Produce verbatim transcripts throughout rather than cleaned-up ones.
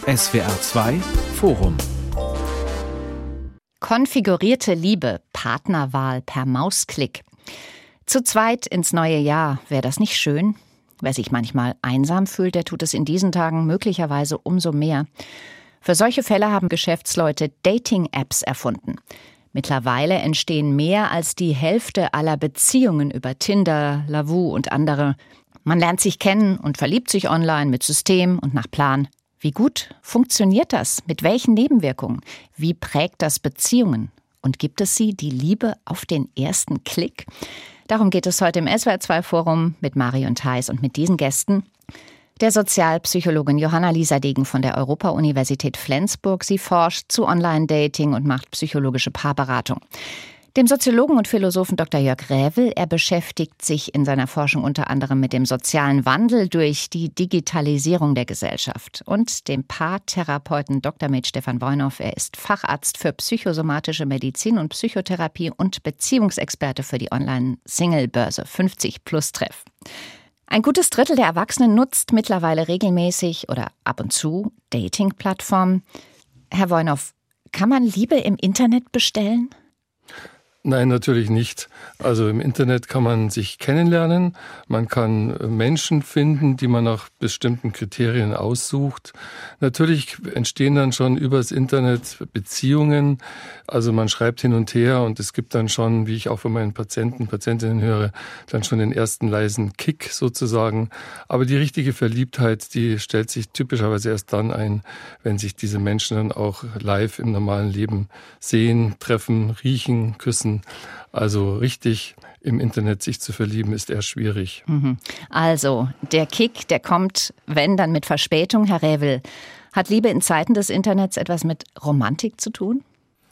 S W R zwei Forum. Konfigurierte Liebe, Partnerwahl per Mausklick. Zu zweit ins neue Jahr, wäre das nicht schön? Wer sich manchmal einsam fühlt, der tut es in diesen Tagen möglicherweise umso mehr. Für solche Fälle haben Geschäftsleute Dating-Apps erfunden. Mittlerweile entstehen mehr als die Hälfte aller Beziehungen über Tinder, Lavu und andere. Man lernt sich kennen und verliebt sich online mit System und nach Plan. Wie gut funktioniert das? Mit welchen Nebenwirkungen? Wie prägt das Beziehungen? Und gibt es sie, die Liebe auf den ersten Klick? Darum geht es heute im S W R zwei Forum mit Marion Theis und mit diesen Gästen. Der Sozialpsychologin Johanna-Lisa Degen von der Europa-Universität Flensburg. Sie forscht zu Online-Dating und macht psychologische Paarberatung. Dem Soziologen und Philosophen Doktor Jörg Rävel. Er beschäftigt sich in seiner Forschung unter anderem mit dem sozialen Wandel durch die Digitalisierung der Gesellschaft. Und dem Paartherapeuten Doktor Med Stefan Woinow. Er ist Facharzt für psychosomatische Medizin und Psychotherapie und Beziehungsexperte für die Online-Single-Börse fünfzig Plus Treff. Ein gutes Drittel der Erwachsenen nutzt mittlerweile regelmäßig oder ab und zu Dating-Plattformen. Herr Woinow, kann man Liebe im Internet bestellen? Nein, natürlich nicht. Also im Internet kann man sich kennenlernen, man kann Menschen finden, die man nach bestimmten Kriterien aussucht. Natürlich entstehen dann schon übers Internet Beziehungen, also man schreibt hin und her und es gibt dann schon, wie ich auch von meinen Patienten, Patientinnen höre, dann schon den ersten leisen Kick sozusagen. Aber die richtige Verliebtheit, die stellt sich typischerweise erst dann ein, wenn sich diese Menschen dann auch live im normalen Leben sehen, treffen, riechen, küssen. Also richtig im Internet sich zu verlieben, ist eher schwierig. Also der Kick, der kommt, wenn, dann mit Verspätung. Herr Rävel, hat Liebe in Zeiten des Internets etwas mit Romantik zu tun?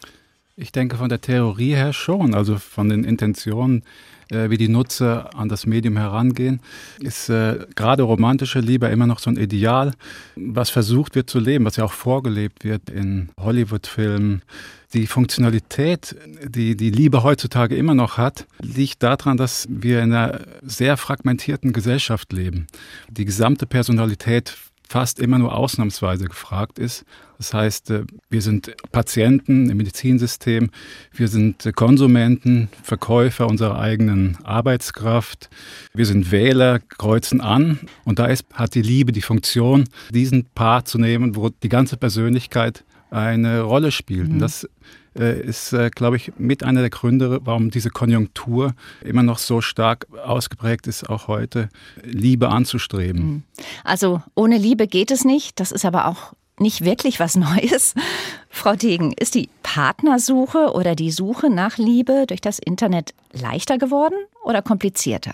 Ich denke von der Theorie her schon, also von den Intentionen, äh, wie die Nutzer an das Medium herangehen, ist äh, gerade romantische Liebe immer noch so ein Ideal, was versucht wird zu leben, was ja auch vorgelebt wird in Hollywood-Filmen. Die Funktionalität, die die Liebe heutzutage immer noch hat, liegt daran, dass wir in einer sehr fragmentierten Gesellschaft leben. Die gesamte Personalität fast immer nur ausnahmsweise gefragt ist. Das heißt, wir sind Patienten im Medizinsystem, wir sind Konsumenten, Verkäufer unserer eigenen Arbeitskraft, wir sind Wähler, kreuzen an und da ist, hat die Liebe die Funktion, diesen Part zu nehmen, wo die ganze Persönlichkeit eine Rolle spielt. Mhm. Und das äh, ist, äh, glaube ich, mit einer der Gründe, warum diese Konjunktur immer noch so stark ausgeprägt ist, auch heute Liebe anzustreben. Mhm. Also ohne Liebe geht es nicht. Das ist aber auch nicht wirklich was Neues. Frau Degen, ist die Partnersuche oder die Suche nach Liebe durch das Internet leichter geworden oder komplizierter?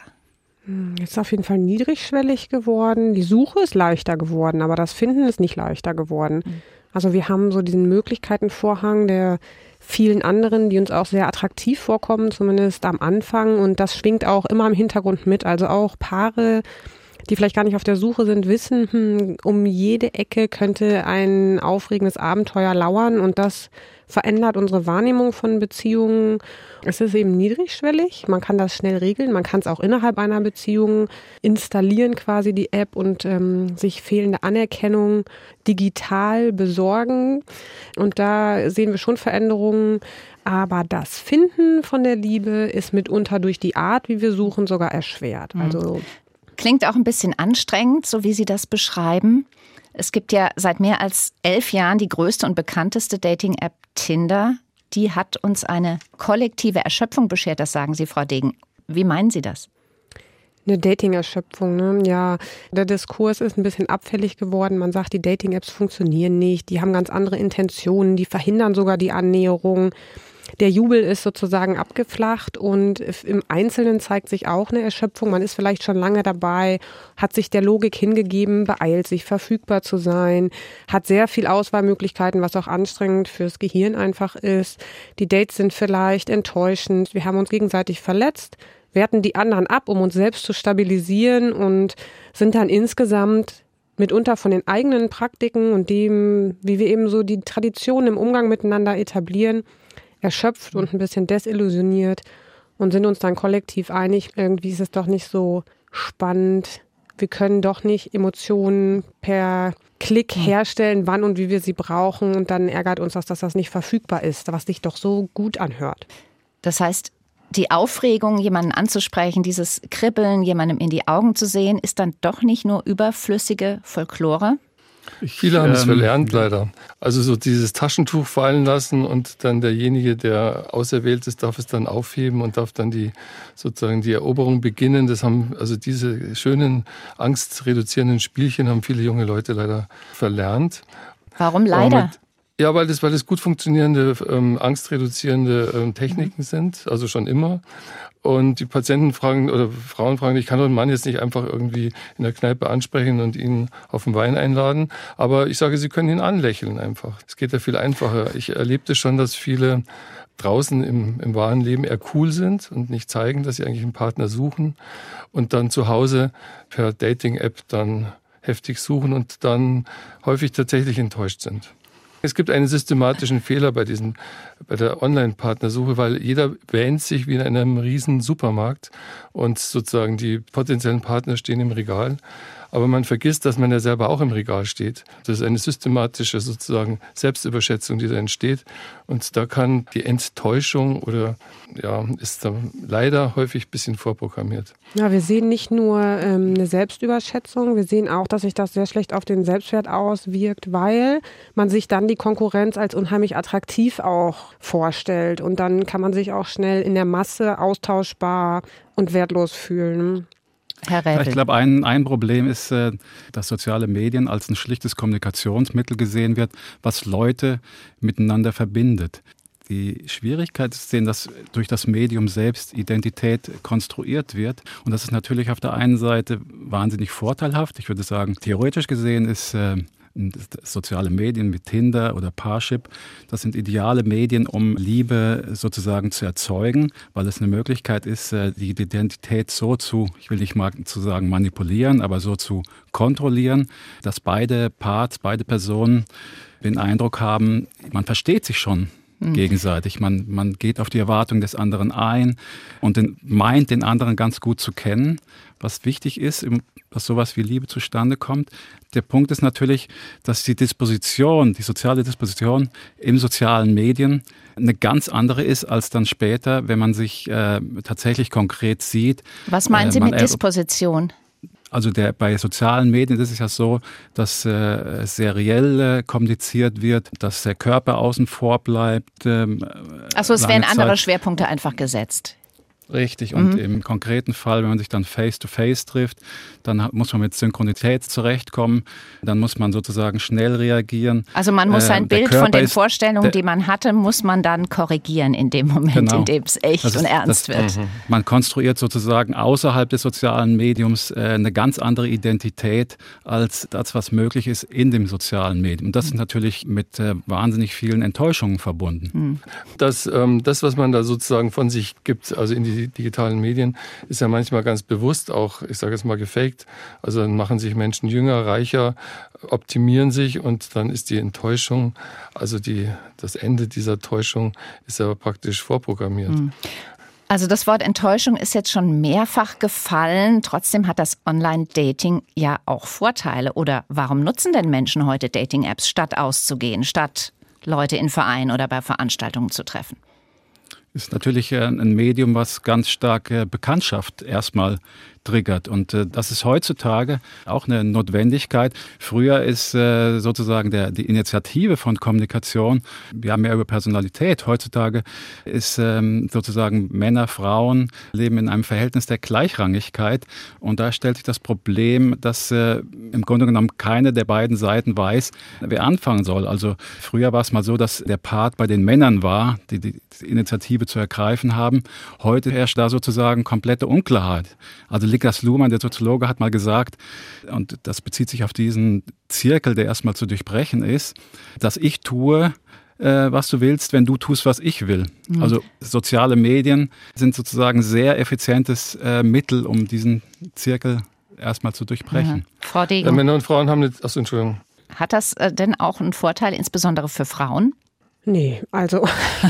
Es ist auf jeden Fall niedrigschwellig geworden. Die Suche ist leichter geworden, aber das Finden ist nicht leichter geworden. Mhm. Also wir haben so diesen Möglichkeitenvorhang der vielen anderen, die uns auch sehr attraktiv vorkommen, zumindest am Anfang. Und das schwingt auch immer im Hintergrund mit. Also auch Paare, die vielleicht gar nicht auf der Suche sind, wissen, hm, um jede Ecke könnte ein aufregendes Abenteuer lauern. Und das verändert unsere Wahrnehmung von Beziehungen. Es ist eben niedrigschwellig, man kann das schnell regeln, man kann es auch innerhalb einer Beziehung installieren, quasi die App und ähm, sich fehlende Anerkennung digital besorgen. Und da sehen wir schon Veränderungen. Aber das Finden von der Liebe ist mitunter durch die Art, wie wir suchen, sogar erschwert. Mhm. Also klingt auch ein bisschen anstrengend, so wie Sie das beschreiben. Es gibt ja seit mehr als elf Jahren die größte und bekannteste Dating-App Tinder. Die hat uns eine kollektive Erschöpfung beschert, das sagen Sie, Frau Degen. Wie meinen Sie das? Eine Dating-Erschöpfung, ne? Ja, der Diskurs ist ein bisschen abfällig geworden. Man sagt, die Dating-Apps funktionieren nicht, die haben ganz andere Intentionen, die verhindern sogar die Annäherung. Der Jubel ist sozusagen abgeflacht und im Einzelnen zeigt sich auch eine Erschöpfung. Man ist vielleicht schon lange dabei, hat sich der Logik hingegeben, beeilt sich, verfügbar zu sein, hat sehr viel Auswahlmöglichkeiten, was auch anstrengend fürs Gehirn einfach ist. Die Dates sind vielleicht enttäuschend, wir haben uns gegenseitig verletzt, werten die anderen ab, um uns selbst zu stabilisieren und sind dann insgesamt mitunter von den eigenen Praktiken und dem, wie wir eben so die Traditionen im Umgang miteinander etablieren, erschöpft und ein bisschen desillusioniert und sind uns dann kollektiv einig, irgendwie ist es doch nicht so spannend, wir können doch nicht Emotionen per Klick herstellen, wann und wie wir sie brauchen. Und dann ärgert uns das, dass das nicht verfügbar ist, was sich doch so gut anhört. Das heißt, die Aufregung, jemanden anzusprechen, dieses Kribbeln, jemandem in die Augen zu sehen, ist dann doch nicht nur überflüssige Folklore? Viele haben es ähm, verlernt, leider. Also so dieses Taschentuch fallen lassen und dann derjenige, der auserwählt ist, darf es dann aufheben und darf dann die sozusagen die Eroberung beginnen. Das haben also diese schönen angstreduzierenden Spielchen haben viele junge Leute leider verlernt. Warum leider? Und ja, weil das, weil das gut funktionierende, ähm, angstreduzierende ähm, Techniken mhm. sind, also schon immer. Und die Patienten fragen oder Frauen fragen, ich kann doch einen Mann jetzt nicht einfach irgendwie in der Kneipe ansprechen und ihn auf den Wein einladen. Aber ich sage, sie können ihn anlächeln einfach. Es geht ja viel einfacher. Ich erlebte schon, dass viele draußen im, im wahren Leben eher cool sind und nicht zeigen, dass sie eigentlich einen Partner suchen und dann zu Hause per Dating-App dann heftig suchen und dann häufig tatsächlich enttäuscht sind. Es gibt einen systematischen Fehler bei diesem, bei der Online-Partnersuche, weil jeder wähnt sich wie in einem riesen Supermarkt und sozusagen die potenziellen Partner stehen im Regal. Aber man vergisst, dass man ja selber auch im Regal steht. Das ist eine systematische sozusagen Selbstüberschätzung, die da entsteht. Und da kann die Enttäuschung oder ja, ist da leider häufig ein bisschen vorprogrammiert. Ja, wir sehen nicht nur ähm, eine Selbstüberschätzung, wir sehen auch, dass sich das sehr schlecht auf den Selbstwert auswirkt, weil man sich dann die Konkurrenz als unheimlich attraktiv auch vorstellt. Und dann kann man sich auch schnell in der Masse austauschbar und wertlos fühlen. Herr Rädel. Ich glaube, ein, ein Problem ist, dass soziale Medien als ein schlichtes Kommunikationsmittel gesehen wird, was Leute miteinander verbindet. Die Schwierigkeit ist, dass durch das Medium selbst Identität konstruiert wird. Und das ist natürlich auf der einen Seite wahnsinnig vorteilhaft. Ich würde sagen, theoretisch gesehen ist äh, soziale Medien wie Tinder oder Parship, das sind ideale Medien, um Liebe sozusagen zu erzeugen, weil es eine Möglichkeit ist, die Identität so zu, ich will nicht mal zu sagen manipulieren, aber so zu kontrollieren, dass beide Parts, beide Personen den Eindruck haben, man versteht sich schon gegenseitig. Man, man geht auf die Erwartung des anderen ein und den, meint, den anderen ganz gut zu kennen, was wichtig ist, dass sowas wie Liebe zustande kommt. Der Punkt ist natürlich, dass die Disposition, die soziale Disposition im sozialen Medien eine ganz andere ist als dann später, wenn man sich äh, tatsächlich konkret sieht. Was meinen Sie äh, mit Disposition? Also der, bei sozialen Medien ist es ja so, dass äh, seriell äh, kommuniziert wird, dass der Körper außen vor bleibt. Ähm, Achso, es werden andere Schwerpunkte einfach gesetzt. Richtig, und Mhm. im konkreten Fall, wenn man sich dann face-to-face trifft, dann muss man mit Synchronität zurechtkommen, dann muss man sozusagen schnell reagieren. Also man muss sein äh, Bild von den ist, Vorstellungen, der, die man hatte, muss man dann korrigieren in dem Moment, genau. in dem es echt das ist, und ernst das, wird. Mhm. Man konstruiert sozusagen außerhalb des sozialen Mediums äh, eine ganz andere Identität, als das, was möglich ist in dem sozialen Medium. Und das ist natürlich mit äh, wahnsinnig vielen Enttäuschungen verbunden. Mhm. Das, ähm, das, was man da sozusagen von sich gibt, also in die digitalen Medien, ist ja manchmal ganz bewusst auch, ich sage jetzt mal gefaked. Also dann machen sich Menschen jünger, reicher, optimieren sich und dann ist die Enttäuschung, also die, das Ende dieser Täuschung ist ja praktisch vorprogrammiert. Mhm. Also das Wort Enttäuschung ist jetzt schon mehrfach gefallen. Trotzdem hat das Online-Dating ja auch Vorteile. Oder warum nutzen denn Menschen heute Dating-Apps, statt auszugehen, statt Leute in Vereinen oder bei Veranstaltungen zu treffen? Ist natürlich ein Medium, was ganz stark Bekanntschaft erstmal triggert. Und äh, das ist heutzutage auch eine Notwendigkeit. Früher ist äh, sozusagen der, die Initiative von Kommunikation ja mehr über Personalität. Heutzutage ist ähm, sozusagen Männer, Frauen leben in einem Verhältnis der Gleichrangigkeit. Und da stellt sich das Problem, dass äh, im Grunde genommen keine der beiden Seiten weiß, wer anfangen soll. Also früher war es mal so, dass der Part bei den Männern war, die die Initiative zu ergreifen haben. Heute herrscht da sozusagen komplette Unklarheit. Also Niklas Luhmann, der Soziologe, hat mal gesagt, und das bezieht sich auf diesen Zirkel, der erstmal zu durchbrechen ist, dass ich tue, äh, was du willst, wenn du tust, was ich will. Mhm. Also soziale Medien sind sozusagen sehr effizientes äh, Mittel, um diesen Zirkel erstmal zu durchbrechen. Mhm. Frau Degen. Ja, Männer und Frauen haben nicht, achso, Entschuldigung. Hat das äh, denn auch einen Vorteil, insbesondere für Frauen? Nee, also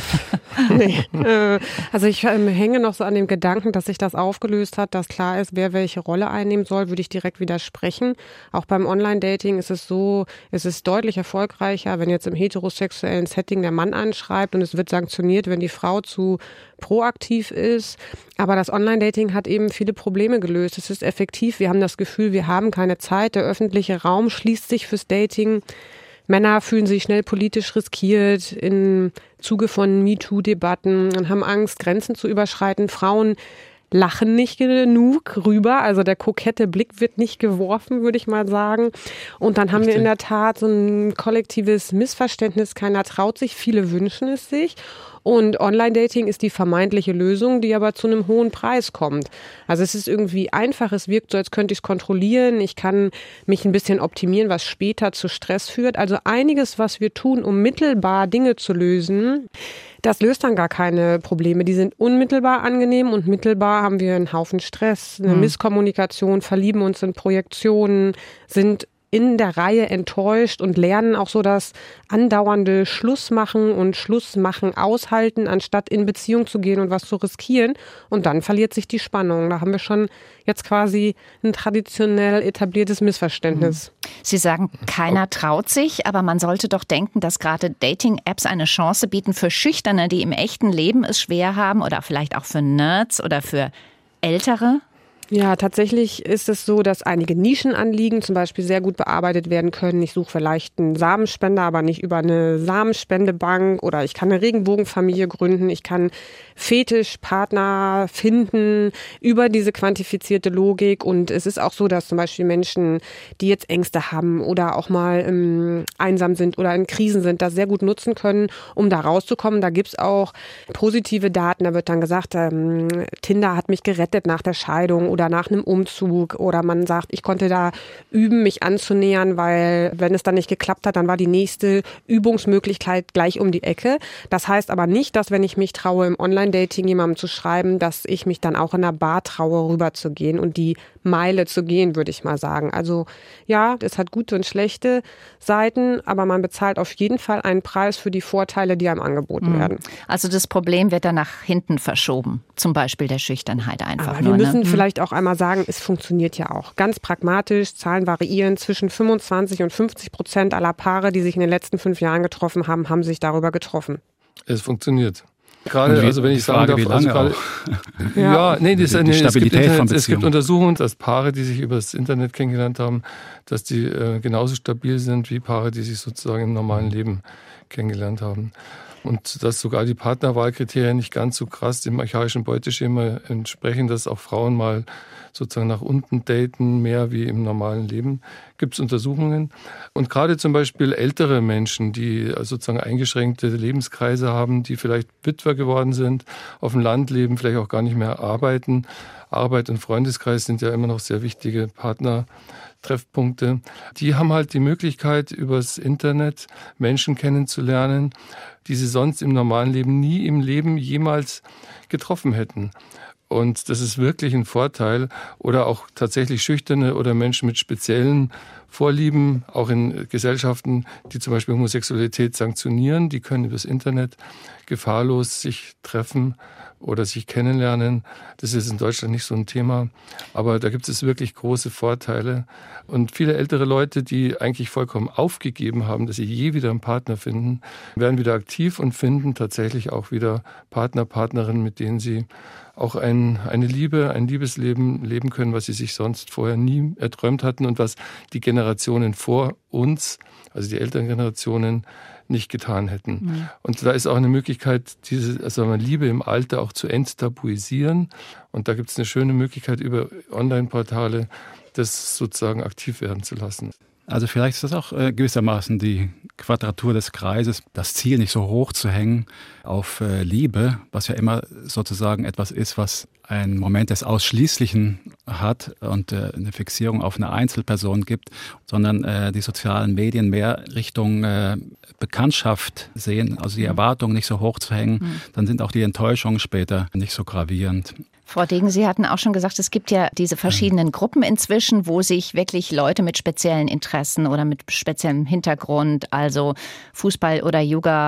nee. Äh, also ich ähm, hänge noch so an dem Gedanken, dass sich das aufgelöst hat, dass klar ist, wer welche Rolle einnehmen soll, würde ich direkt widersprechen. Auch beim Online-Dating ist es so, es ist deutlich erfolgreicher, wenn jetzt im heterosexuellen Setting der Mann anschreibt und es wird sanktioniert, wenn die Frau zu proaktiv ist. Aber das Online-Dating hat eben viele Probleme gelöst. Es ist effektiv. Wir haben das Gefühl, wir haben keine Zeit. Der öffentliche Raum schließt sich fürs Dating. Männer fühlen sich schnell politisch riskiert im Zuge von MeToo-Debatten und haben Angst, Grenzen zu überschreiten. Frauen lachen nicht genug rüber, also der kokette Blick wird nicht geworfen, würde ich mal sagen. Und dann haben Richtig. wir in der Tat so ein kollektives Missverständnis. Keiner traut sich, viele wünschen es sich. Und Online-Dating ist die vermeintliche Lösung, die aber zu einem hohen Preis kommt. Also es ist irgendwie einfach, es wirkt so, als könnte ich es kontrollieren. Ich kann mich ein bisschen optimieren, was später zu Stress führt. Also einiges, was wir tun, um mittelbar Dinge zu lösen, das löst dann gar keine Probleme. Die sind unmittelbar angenehm und mittelbar haben wir einen Haufen Stress, eine mhm. Misskommunikation, verlieben uns in Projektionen, sind in der Reihe enttäuscht und lernen auch so das andauernde Schlussmachen und Schlussmachen aushalten, anstatt in Beziehung zu gehen und was zu riskieren. Und dann verliert sich die Spannung. Da haben wir schon jetzt quasi ein traditionell etabliertes Missverständnis. Sie sagen, keiner traut sich, aber man sollte doch denken, dass gerade Dating-Apps eine Chance bieten für Schüchterne, die im echten Leben es schwer haben, oder vielleicht auch für Nerds oder für Ältere. Ja, tatsächlich ist es so, dass einige Nischenanliegen zum Beispiel sehr gut bearbeitet werden können. Ich suche vielleicht einen Samenspender, aber nicht über eine Samenspendebank, oder ich kann eine Regenbogenfamilie gründen. Ich kann Fetischpartner finden über diese quantifizierte Logik. Und es ist auch so, dass zum Beispiel Menschen, die jetzt Ängste haben oder auch mal ähm, einsam sind oder in Krisen sind, das sehr gut nutzen können, um da rauszukommen. Da gibt's auch positive Daten. Da wird dann gesagt, ähm, Tinder hat mich gerettet nach der Scheidung oder nach einem Umzug, oder man sagt, ich konnte da üben, mich anzunähern, weil wenn es dann nicht geklappt hat, dann war die nächste Übungsmöglichkeit gleich um die Ecke. Das heißt aber nicht, dass wenn ich mich traue, im Online-Dating jemandem zu schreiben, dass ich mich dann auch in der Bar traue, rüberzugehen und die Meile zu gehen, würde ich mal sagen. Also ja, es hat gute und schlechte Seiten, aber man bezahlt auf jeden Fall einen Preis für die Vorteile, die einem angeboten mhm. werden. Also das Problem wird dann nach hinten verschoben, zum Beispiel der Schüchternheit einfach. Aber nur, wir müssen ne? vielleicht auch einmal sagen, es funktioniert ja auch. Ganz pragmatisch, Zahlen variieren. Zwischen fünfundzwanzig und fünfzig Prozent aller Paare, die sich in den letzten fünf Jahren getroffen haben, haben sich darüber getroffen. Es funktioniert. Gerade, also wenn ich sagen darf, also gerade, ja, ja, nee, das, die, nee die es, gibt Internet, es gibt Untersuchungen, dass Paare, die sich über das Internet kennengelernt haben, dass die äh, genauso stabil sind wie Paare, die sich sozusagen im normalen Leben kennengelernt haben. Und dass sogar die Partnerwahlkriterien nicht ganz so krass dem archaischen Beuteschema entsprechen, dass auch Frauen mal sozusagen nach unten daten, mehr wie im normalen Leben, gibt es Untersuchungen. Und gerade zum Beispiel ältere Menschen, die sozusagen eingeschränkte Lebenskreise haben, die vielleicht Witwer geworden sind, auf dem Land leben, vielleicht auch gar nicht mehr arbeiten. Arbeit und Freundeskreis sind ja immer noch sehr wichtige Partnertreffpunkte. Die haben halt die Möglichkeit, übers Internet Menschen kennenzulernen, die sie sonst im normalen Leben nie im Leben jemals getroffen hätten. Und das ist wirklich ein Vorteil. Oder auch tatsächlich Schüchterne oder Menschen mit speziellen Vorlieben, auch in Gesellschaften, die zum Beispiel Homosexualität sanktionieren, die können übers Internet gefahrlos sich treffen oder sich kennenlernen. Das ist in Deutschland nicht so ein Thema, aber da gibt es wirklich große Vorteile. Und viele ältere Leute, die eigentlich vollkommen aufgegeben haben, dass sie je wieder einen Partner finden, werden wieder aktiv und finden tatsächlich auch wieder Partner, Partnerinnen, mit denen sie auch ein, eine Liebe, ein Liebesleben leben können, was sie sich sonst vorher nie erträumt hatten und was die Generationen vor uns, also die älteren Generationen, nicht getan hätten. Mhm. Und da ist auch eine Möglichkeit, diese also Liebe im Alter auch zu enttabuisieren. Und da gibt es eine schöne Möglichkeit, über Online-Portale das sozusagen aktiv werden zu lassen. Also vielleicht ist das auch äh, gewissermaßen die Quadratur des Kreises, das Ziel nicht so hoch zu hängen auf äh, Liebe, was ja immer sozusagen etwas ist, was einen Moment des Ausschließlichen hat und äh, eine Fixierung auf eine Einzelperson gibt, sondern äh, die sozialen Medien mehr Richtung äh, Bekanntschaft sehen, also die Erwartungen nicht so hoch zu hängen, mhm. dann sind auch die Enttäuschungen später nicht so gravierend. Frau Degen, Sie hatten auch schon gesagt, es gibt ja diese verschiedenen Gruppen inzwischen, wo sich wirklich Leute mit speziellen Interessen oder mit speziellem Hintergrund, also Fußball- oder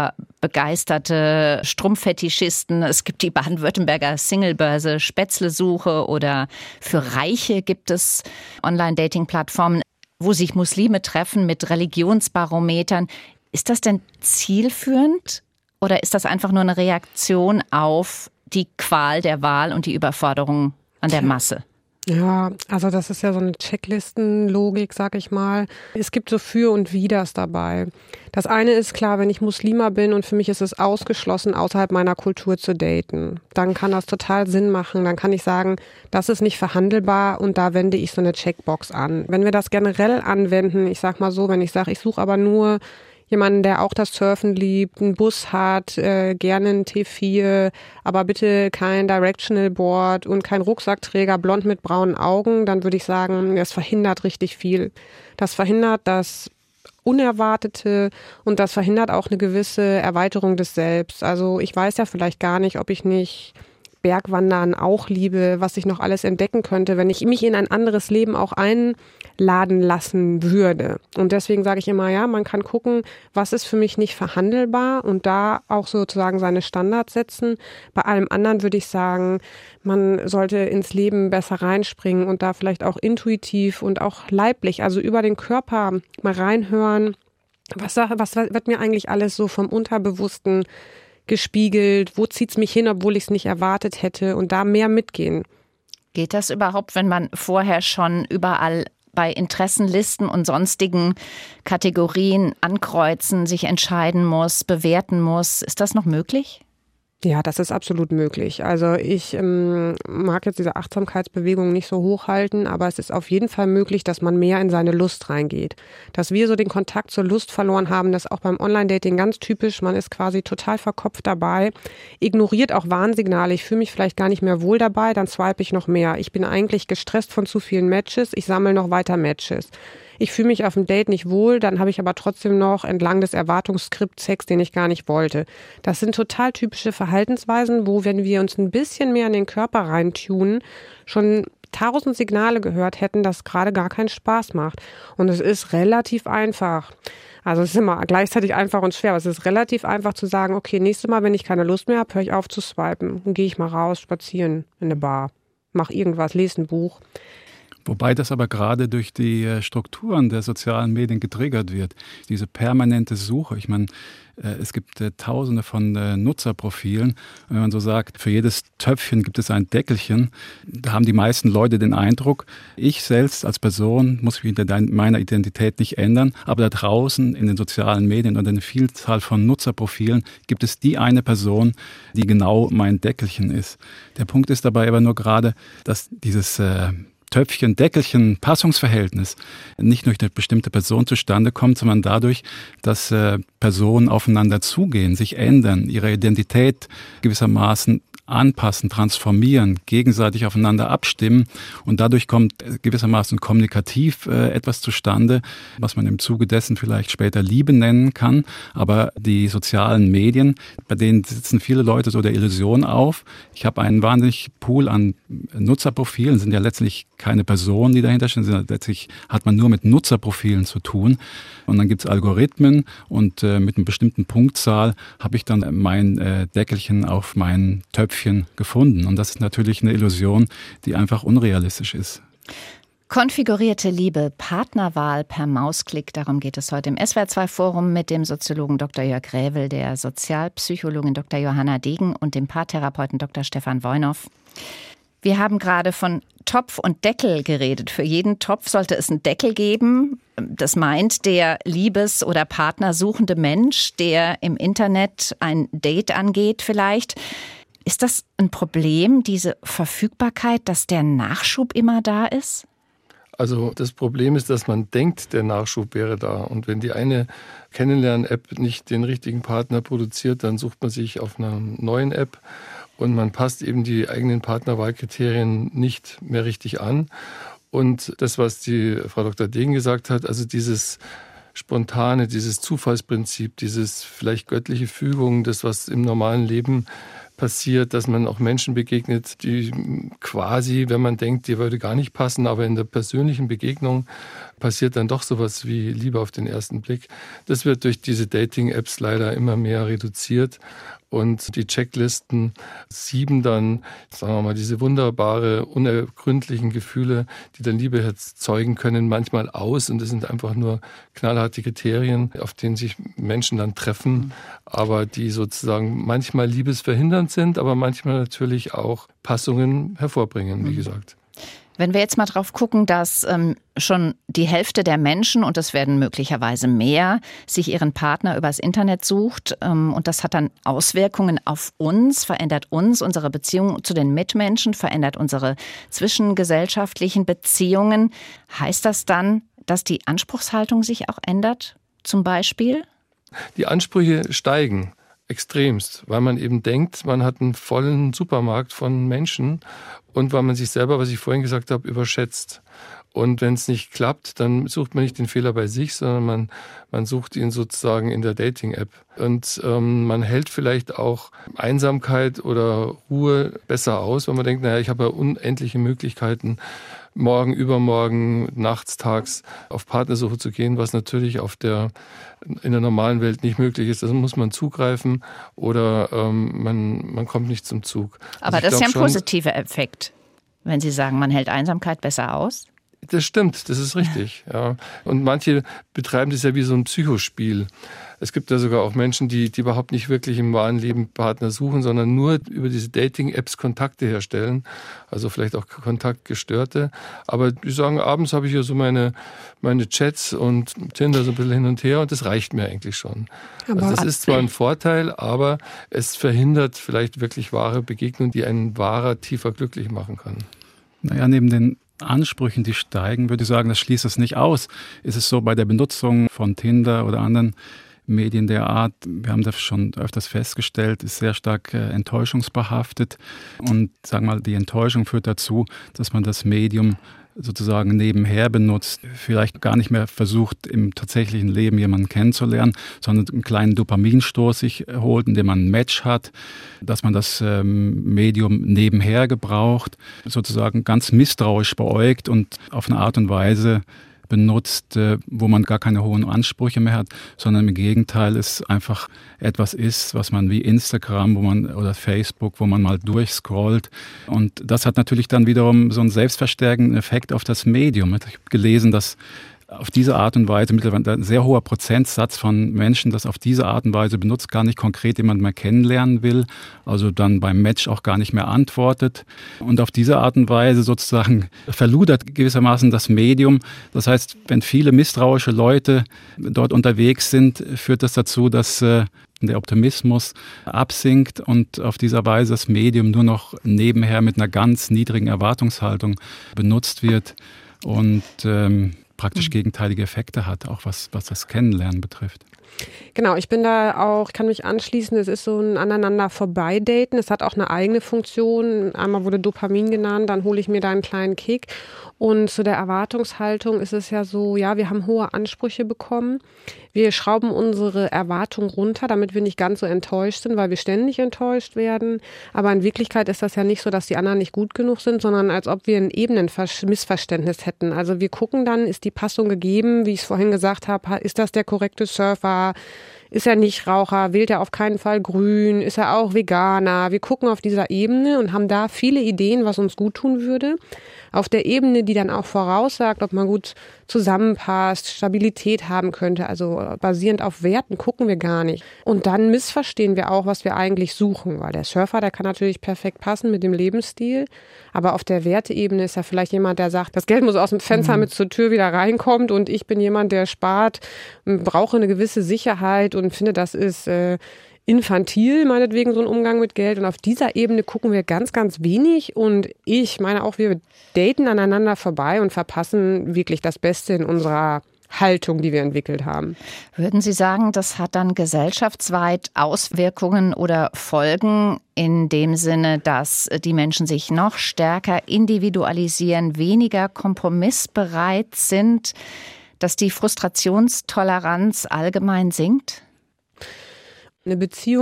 Yoga-begeisterte Strumpffetischisten, es gibt die Baden-Württemberger Singlebörse, Spätzlesuche oder für Reiche gibt es Online-Dating-Plattformen, wo sich Muslime treffen mit Religionsbarometern. Ist das denn zielführend oder ist das einfach nur eine Reaktion auf die Qual der Wahl und die Überforderung an der Masse? Ja, also das ist ja so eine Checklistenlogik, sag ich mal. Es gibt so Für und Widers dabei. Das eine ist klar, wenn ich Muslima bin und für mich ist es ausgeschlossen, außerhalb meiner Kultur zu daten, dann kann das total Sinn machen. Dann kann ich sagen, das ist nicht verhandelbar und da wende ich so eine Checkbox an. Wenn wir das generell anwenden, ich sag mal so, wenn ich sage, ich suche aber nur jemanden, der auch das Surfen liebt, einen Bus hat, äh, gerne einen T vier, aber bitte kein Directional Board und kein Rucksackträger, blond mit braunen Augen, dann würde ich sagen, das verhindert richtig viel. Das verhindert das Unerwartete und das verhindert auch eine gewisse Erweiterung des Selbst. Also ich weiß ja vielleicht gar nicht, ob ich nicht Bergwandern auch liebe, was ich noch alles entdecken könnte, wenn ich mich in ein anderes Leben auch einladen lassen würde. Und deswegen sage ich immer, ja, man kann gucken, was ist für mich nicht verhandelbar und da auch sozusagen seine Standards setzen. Bei allem anderen würde ich sagen, man sollte ins Leben besser reinspringen und da vielleicht auch intuitiv und auch leiblich, also über den Körper mal reinhören. Was, was wird mir eigentlich alles so vom Unterbewussten gespiegelt, wo zieht's mich hin, obwohl ich es nicht erwartet hätte und da mehr mitgehen. Geht das überhaupt, wenn man vorher schon überall bei Interessenlisten und sonstigen Kategorien ankreuzen, sich entscheiden muss, bewerten muss? Ist das noch möglich? Ja, das ist absolut möglich. Also ich ähm, mag jetzt diese Achtsamkeitsbewegung nicht so hochhalten, aber es ist auf jeden Fall möglich, dass man mehr in seine Lust reingeht. Dass wir so den Kontakt zur Lust verloren haben, das ist auch beim Online-Dating ganz typisch. Man ist quasi total verkopft dabei, ignoriert auch Warnsignale. Ich fühle mich vielleicht gar nicht mehr wohl dabei, dann swipe ich noch mehr. Ich bin eigentlich gestresst von zu vielen Matches, ich sammle noch weiter Matches. Ich fühle mich auf dem Date nicht wohl, dann habe ich aber trotzdem noch entlang des Erwartungsskripts Sex, den ich gar nicht wollte. Das sind total typische Verhaltensweisen, wo, wenn wir uns ein bisschen mehr in den Körper reintunen, schon tausend Signale gehört hätten, dass es gerade gar keinen Spaß macht. Und es ist relativ einfach. Also es ist immer gleichzeitig einfach und schwer, aber es ist relativ einfach zu sagen, okay, nächstes Mal, wenn ich keine Lust mehr habe, höre ich auf zu swipen. Dann gehe ich mal raus, spazieren in eine Bar, mach irgendwas, lese ein Buch. Wobei das aber gerade durch die Strukturen der sozialen Medien getriggert wird. Diese permanente Suche. Ich meine, es gibt tausende von Nutzerprofilen. Wenn man so sagt, für jedes Töpfchen gibt es ein Deckelchen. Da haben die meisten Leute den Eindruck, ich selbst als Person muss mich in meiner Identität nicht ändern. Aber da draußen in den sozialen Medien und in der Vielzahl von Nutzerprofilen gibt es die eine Person, die genau mein Deckelchen ist. Der Punkt ist dabei aber nur gerade, dass dieses äh, Töpfchen, Deckelchen, Passungsverhältnis nicht durch eine bestimmte Person zustande kommt, sondern dadurch, dass äh, Personen aufeinander zugehen, sich ändern, ihre Identität gewissermaßen anpassen, transformieren, gegenseitig aufeinander abstimmen und dadurch kommt gewissermaßen kommunikativ äh, etwas zustande, was man im Zuge dessen vielleicht später Liebe nennen kann. Aber die sozialen Medien, bei denen sitzen viele Leute so der Illusion auf. Ich habe einen wahnsinnigen Pool an Nutzerprofilen, sind ja letztlich keine Personen, die dahinter stehen, sondern letztlich hat man nur mit Nutzerprofilen zu tun. Und dann gibt es Algorithmen und äh, mit einer bestimmten Punktzahl habe ich dann mein äh, Deckelchen auf mein Töpfchen gefunden. Und das ist natürlich eine Illusion, die einfach unrealistisch ist. Konfigurierte Liebe, Partnerwahl per Mausklick, darum geht es heute im S W R zwei Forum mit dem Soziologen Doktor Jörg Rävel, der Sozialpsychologin Doktor Johanna Degen und dem Paartherapeuten Doktor Stefan Woinow. Wir haben gerade von Topf und Deckel geredet. Für jeden Topf sollte es einen Deckel geben. Das meint der liebes- oder partnersuchende Mensch, der im Internet ein Date angeht vielleicht. Ist das ein Problem, diese Verfügbarkeit, dass der Nachschub immer da ist? Also das Problem ist, dass man denkt, der Nachschub wäre da. Und wenn die eine Kennenlern-App nicht den richtigen Partner produziert, dann sucht man sich auf einer neuen App und man passt eben die eigenen Partnerwahlkriterien nicht mehr richtig an. Und das, was die Frau Doktor Degen gesagt hat, also dieses Spontane, dieses Zufallsprinzip, dieses vielleicht göttliche Fügung, das, was im normalen Leben passiert, dass man auch Menschen begegnet, die quasi, wenn man denkt, die würde gar nicht passen, aber in der persönlichen Begegnung passiert dann doch sowas wie Liebe auf den ersten Blick. Das wird durch diese Dating-Apps leider immer mehr reduziert. Und die Checklisten sieben dann, sagen wir mal, diese wunderbare, unergründlichen Gefühle, die dann Liebe erzeugen können, manchmal aus. Und das sind einfach nur knallharte Kriterien, auf denen sich Menschen dann treffen, aber die sozusagen manchmal liebesverhindernd sind, aber manchmal natürlich auch Passungen hervorbringen, wie gesagt. Wenn wir jetzt mal drauf gucken, dass ähm, schon die Hälfte der Menschen, und es werden möglicherweise mehr, sich ihren Partner übers Internet sucht, ähm, und das hat dann Auswirkungen auf uns, verändert uns, unsere Beziehung zu den Mitmenschen, verändert unsere zwischengesellschaftlichen Beziehungen. Heißt das dann, dass die Anspruchshaltung sich auch ändert, zum Beispiel? Die Ansprüche steigen extremst, weil man eben denkt, man hat einen vollen Supermarkt von Menschen und weil man sich selber, was ich vorhin gesagt habe, überschätzt. Und wenn es nicht klappt, dann sucht man nicht den Fehler bei sich, sondern man, man sucht ihn sozusagen in der Dating-App. Und ähm, man hält vielleicht auch Einsamkeit oder Ruhe besser aus, weil man denkt, naja, ich habe ja unendliche Möglichkeiten, morgen, übermorgen, nachts, tags auf Partnersuche zu gehen, was natürlich auf der, in der normalen Welt nicht möglich ist. Da muss man zugreifen oder ähm, man, man kommt nicht zum Zug. Aber also das ist ja ein schon, positiver Effekt, wenn Sie sagen, man hält Einsamkeit besser aus. Das stimmt, das ist richtig. Ja. Und manche betreiben das ja wie so ein Psychospiel. Es gibt ja sogar auch Menschen, die, die überhaupt nicht wirklich im wahren Leben Partner suchen, sondern nur über diese Dating-Apps Kontakte herstellen. Also vielleicht auch Kontaktgestörte. Aber die sagen, abends habe ich ja so meine, meine Chats und Tinder so ein bisschen hin und her und das reicht mir eigentlich schon. Aber also das ist zwar ein Vorteil, aber es verhindert vielleicht wirklich wahre Begegnungen, die einen wahrer, tiefer glücklich machen kann. Naja, neben den Ansprüchen, die steigen, würde ich sagen, das schließt es nicht aus. Ist es so bei der Benutzung von Tinder oder anderen Medien der Art, wir haben das schon öfters festgestellt, ist sehr stark äh, enttäuschungsbehaftet. Und sagen wir mal, die Enttäuschung führt dazu, dass man das Medium sozusagen nebenher benutzt, vielleicht gar nicht mehr versucht, im tatsächlichen Leben jemanden kennenzulernen, sondern einen kleinen Dopaminstoß sich holt, indem man ein Match hat, dass man das ähm, Medium nebenher gebraucht, sozusagen ganz misstrauisch beäugt und auf eine Art und Weise benutzt, wo man gar keine hohen Ansprüche mehr hat, sondern im Gegenteil es einfach etwas ist, was man wie Instagram, wo man oder Facebook, wo man mal durchscrollt. Und das hat natürlich dann wiederum so einen selbstverstärkenden Effekt auf das Medium. Ich habe gelesen, dass auf diese Art und Weise mittlerweile ein sehr hoher Prozentsatz von Menschen, das auf diese Art und Weise benutzt, gar nicht konkret jemanden mehr kennenlernen will, also dann beim Match auch gar nicht mehr antwortet und auf diese Art und Weise sozusagen verludert gewissermaßen das Medium. Das heißt, wenn viele misstrauische Leute dort unterwegs sind, führt das dazu, dass äh, der Optimismus absinkt und auf dieser Weise das Medium nur noch nebenher mit einer ganz niedrigen Erwartungshaltung benutzt wird und ähm, praktisch gegenteilige Effekte hat, auch was, was das Kennenlernen betrifft. Genau, ich bin da auch, kann mich anschließen, es ist so ein aneinander vorbeidaten. Es hat auch eine eigene Funktion. Einmal wurde Dopamin genannt, dann hole ich mir da einen kleinen Kick. Und zu der Erwartungshaltung ist es ja so, ja, wir haben hohe Ansprüche bekommen. Wir schrauben unsere Erwartungen runter, damit wir nicht ganz so enttäuscht sind, weil wir ständig enttäuscht werden. Aber in Wirklichkeit ist das ja nicht so, dass die anderen nicht gut genug sind, sondern als ob wir ein Ebenenmissverständnis hätten. Also wir gucken dann, ist die Passung gegeben, wie ich es vorhin gesagt habe, ist das der korrekte Surfer? Ist er Nichtraucher? Wählt er auf keinen Fall grün? Ist er auch Veganer? Wir gucken auf dieser Ebene und haben da viele Ideen, was uns gut tun würde. Auf der Ebene, die dann auch voraussagt, ob man gut zusammenpasst, Stabilität haben könnte, also basierend auf Werten, gucken wir gar nicht. Und dann missverstehen wir auch, was wir eigentlich suchen, weil der Surfer, der kann natürlich perfekt passen mit dem Lebensstil, aber auf der Werteebene ist er vielleicht jemand, der sagt, das Geld muss aus dem Fenster mhm. mit zur Tür wieder reinkommt und ich bin jemand, der spart, brauche eine gewisse Sicherheit und finde, das ist äh, infantil, meinetwegen so ein Umgang mit Geld. Und auf dieser Ebene gucken wir ganz, ganz wenig. Und ich meine auch, wir daten aneinander vorbei und verpassen wirklich das Beste in unserer Haltung, die wir entwickelt haben. Würden Sie sagen, das hat dann gesellschaftsweit Auswirkungen oder Folgen in dem Sinne, dass die Menschen sich noch stärker individualisieren, weniger kompromissbereit sind, dass die Frustrationstoleranz allgemein sinkt? Eine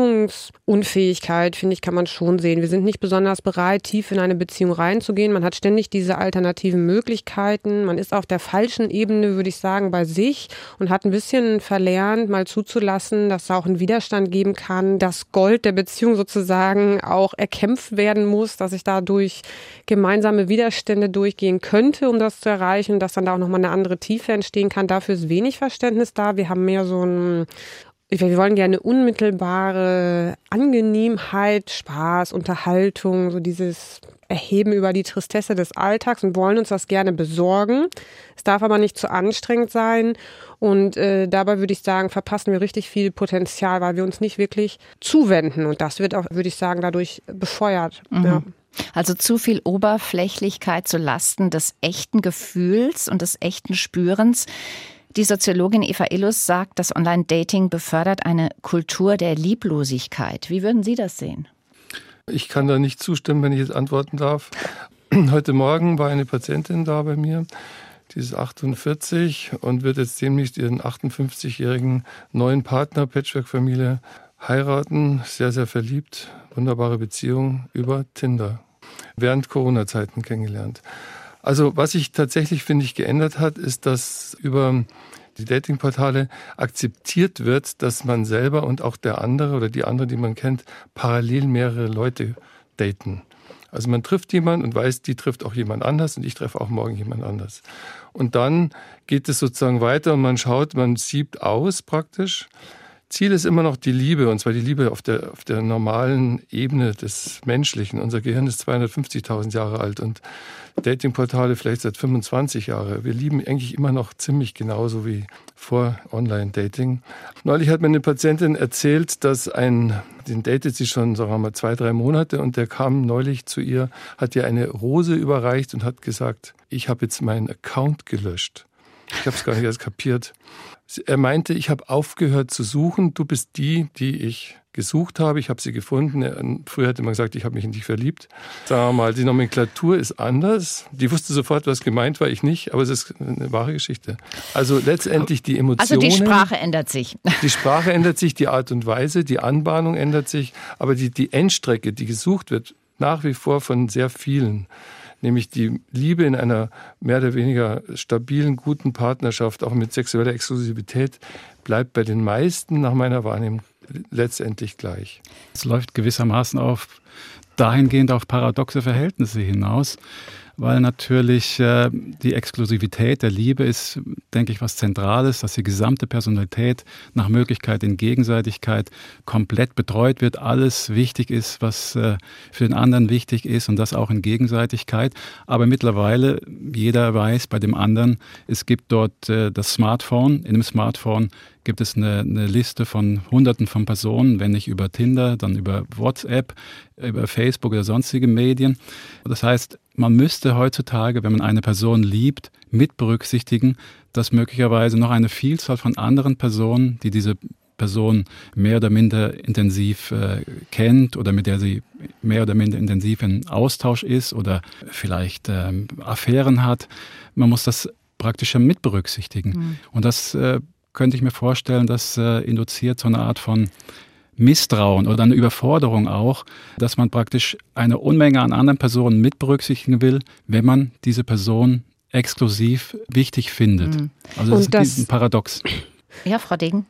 Beziehungsunfähigkeit, finde ich, kann man schon sehen. Wir sind nicht besonders bereit, tief in eine Beziehung reinzugehen. Man hat ständig diese alternativen Möglichkeiten. Man ist auf der falschen Ebene, würde ich sagen, bei sich und hat ein bisschen verlernt, mal zuzulassen, dass es auch einen Widerstand geben kann, dass Gold der Beziehung sozusagen auch erkämpft werden muss, dass ich da durch gemeinsame Widerstände durchgehen könnte, um das zu erreichen, dass dann da auch nochmal eine andere Tiefe entstehen kann. Dafür ist wenig Verständnis da. Wir haben mehr so ein Wir wollen gerne unmittelbare Angenehmheit, Spaß, Unterhaltung, so dieses Erheben über die Tristesse des Alltags und wollen uns das gerne besorgen. Es darf aber nicht zu anstrengend sein und äh, dabei würde ich sagen, verpassen wir richtig viel Potenzial, weil wir uns nicht wirklich zuwenden und das wird auch, würde ich sagen, dadurch befeuert. Mhm. Ja. Also zu viel Oberflächlichkeit zu Lasten des echten Gefühls und des echten Spürens. Die Soziologin Eva Illus sagt, das Online-Dating befördert eine Kultur der Lieblosigkeit. Wie würden Sie das sehen? Ich kann da nicht zustimmen, wenn ich jetzt antworten darf. Heute Morgen war eine Patientin da bei mir, die ist achtundvierzig und wird jetzt demnächst ihren achtundfünfzigjährigen neuen Partner, Patchwork-Familie, heiraten. Sehr, sehr verliebt, wunderbare Beziehung über Tinder. Während Corona-Zeiten kennengelernt. Also was sich tatsächlich, finde ich, geändert hat, ist, dass über die Datingportale akzeptiert wird, dass man selber und auch der andere oder die andere, die man kennt, parallel mehrere Leute daten. Also man trifft jemanden und weiß, die trifft auch jemand anders und ich treffe auch morgen jemand anders. Und dann geht es sozusagen weiter und man schaut, man siebt aus praktisch. Ziel ist immer noch die Liebe, und zwar die Liebe auf der, auf der normalen Ebene des Menschlichen. Unser Gehirn ist zweihundertfünfzigtausend Jahre alt und Datingportale vielleicht seit fünfundzwanzig Jahren. Wir lieben eigentlich immer noch ziemlich genauso wie vor Online-Dating. Neulich hat mir eine Patientin erzählt, dass ein, den datet sie schon, sagen wir mal, zwei, drei Monate und der kam neulich zu ihr, hat ihr eine Rose überreicht und hat gesagt, ich habe jetzt meinen Account gelöscht. Ich habe es gar nicht erst kapiert. Er meinte, ich habe aufgehört zu suchen. Du bist die, die ich gesucht habe. Ich habe sie gefunden. Früher hätte man gesagt, ich habe mich in dich verliebt. Sagen wir mal, die Nomenklatur ist anders. Die wusste sofort, was gemeint war, ich nicht. Aber es ist eine wahre Geschichte. Also letztendlich die Emotionen. Also die Sprache ändert sich. Die Sprache ändert sich, die Art und Weise, die Anbahnung ändert sich. Aber die, die Endstrecke, die gesucht wird, nach wie vor von sehr vielen, nämlich die Liebe in einer mehr oder weniger stabilen, guten Partnerschaft, auch mit sexueller Exklusivität, bleibt bei den meisten nach meiner Wahrnehmung letztendlich gleich. Es läuft gewissermaßen auf dahingehend auf paradoxe Verhältnisse hinaus, weil natürlich äh, die Exklusivität der Liebe ist, denke ich, was Zentrales, dass die gesamte Personalität nach Möglichkeit in Gegenseitigkeit komplett betreut wird, alles wichtig ist, was äh, für den anderen wichtig ist und das auch in Gegenseitigkeit. Aber mittlerweile, jeder weiß bei dem anderen, es gibt dort äh, das Smartphone. In dem Smartphone gibt es eine, eine Liste von Hunderten von Personen, wenn nicht über Tinder, dann über WhatsApp, über Facebook oder sonstige Medien. Das heißt, man müsste heutzutage, wenn man eine Person liebt, mit berücksichtigen, dass möglicherweise noch eine Vielzahl von anderen Personen, die diese Person mehr oder minder intensiv äh, kennt oder mit der sie mehr oder minder intensiv in Austausch ist oder vielleicht ähm, Affären hat, man muss das praktisch mit berücksichtigen. Mhm. Und das äh, könnte ich mir vorstellen, das äh, induziert so eine Art von Misstrauen oder eine Überforderung auch, dass man praktisch eine Unmenge an anderen Personen mit berücksichtigen will, wenn man diese Person exklusiv wichtig findet. Mhm. Also das, das ist ein Paradox. Ja, Frau Degen.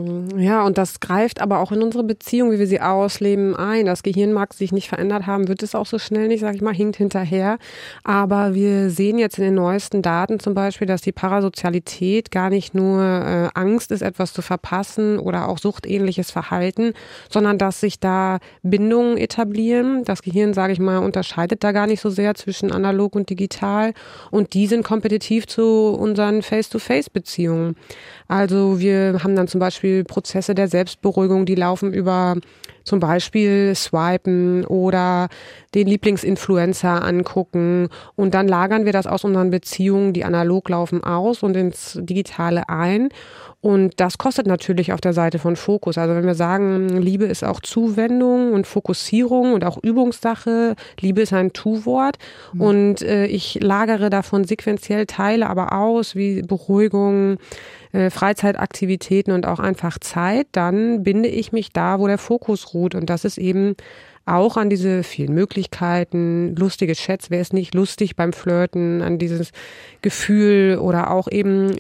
Ja, und das greift aber auch in unsere Beziehung, wie wir sie ausleben, ein. Das Gehirn mag sich nicht verändert haben, wird es auch so schnell nicht, sag ich mal, hinkt hinterher. Aber wir sehen jetzt in den neuesten Daten zum Beispiel, dass die Parasozialität gar nicht nur äh, Angst ist, etwas zu verpassen oder auch suchtähnliches Verhalten, sondern dass sich da Bindungen etablieren. Das Gehirn, sage ich mal, unterscheidet da gar nicht so sehr zwischen analog und digital. Und die sind kompetitiv zu unseren Face-to-Face-Beziehungen. Also wir haben dann zum Beispiel Prozesse der Selbstberuhigung, die laufen über zum Beispiel Swipen oder den Lieblingsinfluencer angucken und dann lagern wir das aus unseren Beziehungen, die analog laufen, aus und ins Digitale ein. Und das kostet natürlich auf der Seite von Fokus. Also wenn wir sagen, Liebe ist auch Zuwendung und Fokussierung und auch Übungssache, Liebe ist ein Tu-Wort mhm. und äh, ich lagere davon sequenziell Teile aber aus, wie Beruhigung, äh, Freizeitaktivitäten und auch einfach Zeit, dann binde ich mich da, wo der Fokus ruht. Und das ist eben auch an diese vielen Möglichkeiten, lustige Chats, wer ist nicht lustig beim Flirten, an dieses Gefühl oder auch eben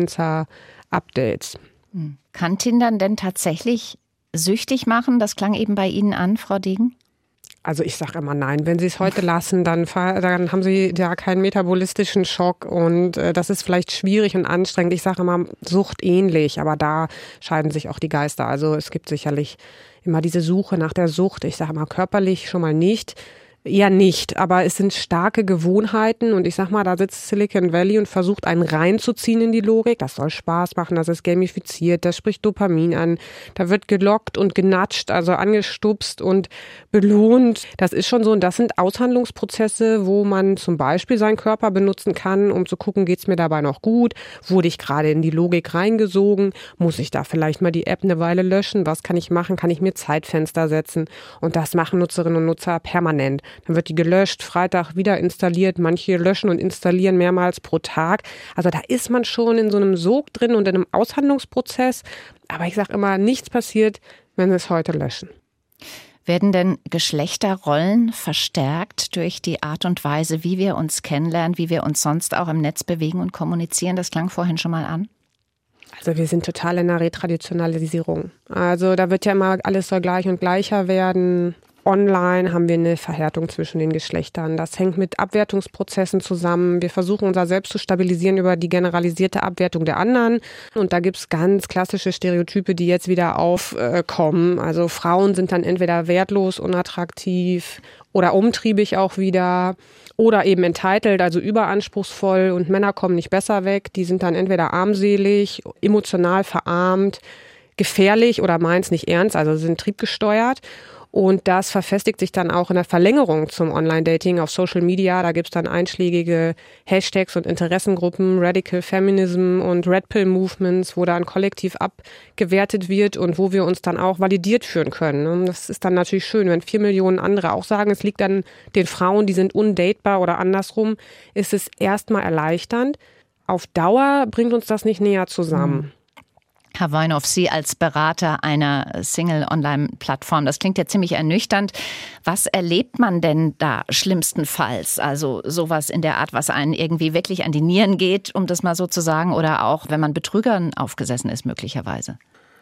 Influencer-Updates. Kann Tindern denn tatsächlich süchtig machen? Das klang eben bei Ihnen an, Frau Degen. Also ich sage immer nein. Wenn Sie es heute lassen, dann, dann haben Sie ja keinen metabolistischen Schock und äh, das ist vielleicht schwierig und anstrengend. Ich sage immer suchtähnlich, aber da scheiden sich auch die Geister. Also es gibt sicherlich immer diese Suche nach der Sucht. Ich sage mal körperlich schon mal nicht. Eher nicht, aber es sind starke Gewohnheiten und ich sag mal, da sitzt Silicon Valley und versucht einen reinzuziehen in die Logik. Das soll Spaß machen, das ist gamifiziert, das spricht Dopamin an, da wird gelockt und genatscht, also angestupst und belohnt. Das ist schon so und das sind Aushandlungsprozesse, wo man zum Beispiel seinen Körper benutzen kann, um zu gucken, geht's mir dabei noch gut? Wurde ich gerade in die Logik reingesogen? Muss ich da vielleicht mal die App eine Weile löschen? Was kann ich machen? Kann ich mir Zeitfenster setzen? Und das machen Nutzerinnen und Nutzer permanent. Dann wird die gelöscht, Freitag wieder installiert. Manche löschen und installieren mehrmals pro Tag. Also da ist man schon in so einem Sog drin und in einem Aushandlungsprozess. Aber ich sage immer, nichts passiert, wenn sie es heute löschen. Werden denn Geschlechterrollen verstärkt durch die Art und Weise, wie wir uns kennenlernen, wie wir uns sonst auch im Netz bewegen und kommunizieren? Das klang vorhin schon mal an. Also wir sind total in einer Retraditionalisierung. Also da wird ja immer alles soll gleich und gleicher werden. Online haben wir eine Verhärtung zwischen den Geschlechtern. Das hängt mit Abwertungsprozessen zusammen. Wir versuchen unser Selbst zu stabilisieren über die generalisierte Abwertung der anderen. Und da gibt's ganz klassische Stereotype, die jetzt wieder aufkommen. Also Frauen sind dann entweder wertlos, unattraktiv oder umtriebig auch wieder. Oder eben entitled, also überanspruchsvoll. Und Männer kommen nicht besser weg. Die sind dann entweder armselig, emotional verarmt, gefährlich oder meint's nicht ernst, also sind triebgesteuert. Und das verfestigt sich dann auch in der Verlängerung zum Online-Dating auf Social Media. Da gibt's dann einschlägige Hashtags und Interessengruppen, Radical Feminism und Red Pill Movements, wo dann kollektiv abgewertet wird und wo wir uns dann auch validiert fühlen können. Und das ist dann natürlich schön, wenn vier Millionen andere auch sagen, es liegt an den Frauen, die sind undatebar oder andersrum, ist es erstmal erleichternd. Auf Dauer bringt uns das nicht näher zusammen. Mhm. Herr Woinow, Sie als Berater einer Single-Online-Plattform, das klingt ja ziemlich ernüchternd. Was erlebt man denn da schlimmstenfalls? Also sowas in der Art, was einen irgendwie wirklich an die Nieren geht, um das mal so zu sagen, oder auch, wenn man Betrügern aufgesessen ist möglicherweise?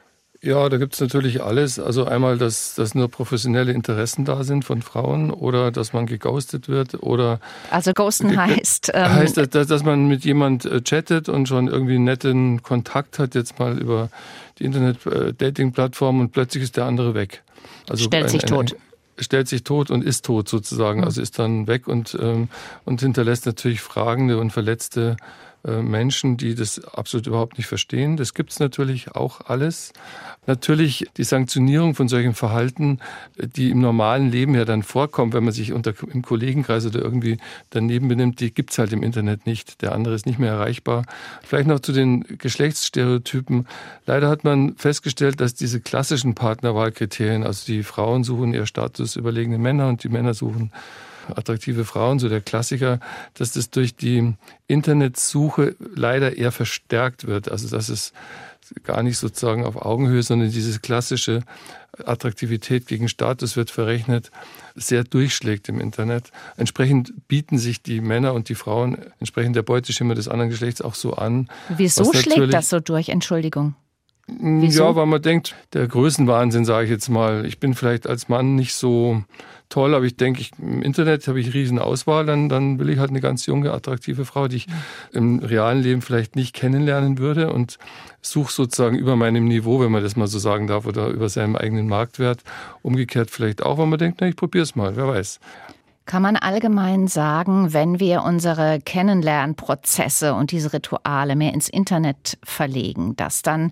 Ja, da gibt es natürlich alles. Also einmal, dass, dass nur professionelle Interessen da sind von Frauen oder dass man geghostet wird oder... Also ghosten heißt... Ähm, heißt, dass, dass man mit jemand chattet und schon irgendwie einen netten Kontakt hat, jetzt mal über die Internet-Dating-Plattform und plötzlich ist der andere weg. Also stellt ein, sich ein, tot. Ein, stellt sich tot und ist tot sozusagen. Mhm. Also ist dann weg und, ähm, und hinterlässt natürlich fragende und verletzte Menschen, die das absolut überhaupt nicht verstehen. Das gibt's natürlich auch alles. Natürlich die Sanktionierung von solchen Verhalten, die im normalen Leben ja dann vorkommt, wenn man sich unter, im Kollegenkreis oder irgendwie daneben benimmt, die gibt's halt im Internet nicht. Der andere ist nicht mehr erreichbar. Vielleicht noch zu den Geschlechtsstereotypen. Leider hat man festgestellt, dass diese klassischen Partnerwahlkriterien, also die Frauen suchen eher statusüberlegene Männer und die Männer suchen attraktive Frauen, so der Klassiker, dass das durch die Internetsuche leider eher verstärkt wird. Also dass es gar nicht sozusagen auf Augenhöhe, sondern diese klassische Attraktivität gegen Status wird verrechnet, sehr durchschlägt im Internet. Entsprechend bieten sich die Männer und die Frauen entsprechend der Beuteschema des anderen Geschlechts auch so an. Wieso schlägt das so durch? Entschuldigung. Wieso? Ja, weil man denkt, der Größenwahnsinn, sage ich jetzt mal. Ich bin vielleicht als Mann nicht so toll, aber ich denke, ich, im Internet habe ich riesen Auswahl, dann, dann will ich halt eine ganz junge, attraktive Frau, die ich im realen Leben vielleicht nicht kennenlernen würde und suche sozusagen über meinem Niveau, wenn man das mal so sagen darf, oder über seinem eigenen Marktwert. Umgekehrt vielleicht auch, weil man denkt, na, ich probiere es mal, wer weiß. Kann man allgemein sagen, wenn wir unsere Kennenlernprozesse und diese Rituale mehr ins Internet verlegen, dass dann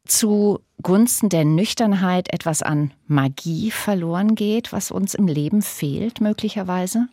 zugunsten der Nüchternheit etwas an Magie verloren geht, was uns im Leben fehlt möglicherweise?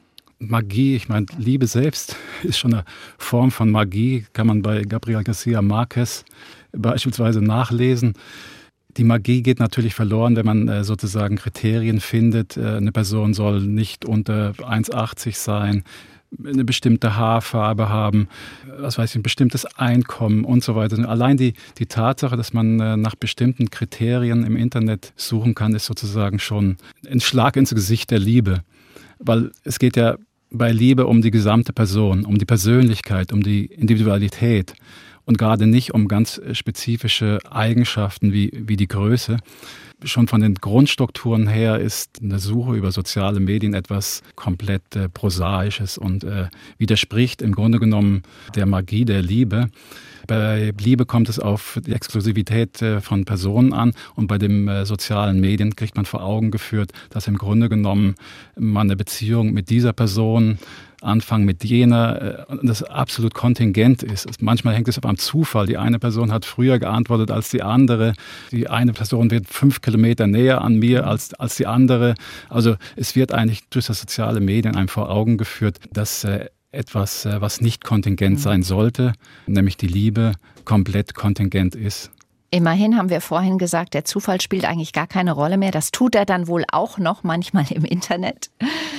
Magie, ich meine, Liebe selbst ist schon eine Form von Magie, kann man bei Gabriel Garcia Marquez beispielsweise nachlesen. Die Magie geht natürlich verloren, wenn man äh, sozusagen Kriterien findet. Äh, eine Person soll nicht unter eins achtzig sein, eine bestimmte Haarfarbe haben, was weiß ich, ein bestimmtes Einkommen und so weiter. Allein die, die Tatsache, dass man äh, nach bestimmten Kriterien im Internet suchen kann, ist sozusagen schon ein Schlag ins Gesicht der Liebe. Weil es geht ja bei Liebe um die gesamte Person, um die Persönlichkeit, um die Individualität und gerade nicht um ganz spezifische Eigenschaften wie, wie die Größe. Schon von den Grundstrukturen her ist eine Suche über soziale Medien etwas komplett äh, Prosaisches und äh, widerspricht im Grunde genommen der Magie der Liebe. Bei Liebe kommt es auf die Exklusivität äh, von Personen an und bei den äh, sozialen Medien kriegt man vor Augen geführt, dass im Grunde genommen man eine Beziehung mit dieser Person anfangen mit jener, das absolut kontingent ist. Manchmal hängt es aber am Zufall. Die eine Person hat früher geantwortet als die andere. Die eine Person wird fünf Kilometer näher an mir als, als die andere. Also es wird eigentlich durch das soziale Medien einem vor Augen geführt, dass äh, etwas, äh, was nicht kontingent sein sollte, nämlich die Liebe, komplett kontingent ist. Immerhin haben wir vorhin gesagt, der Zufall spielt eigentlich gar keine Rolle mehr. Das tut er dann wohl auch noch manchmal im Internet.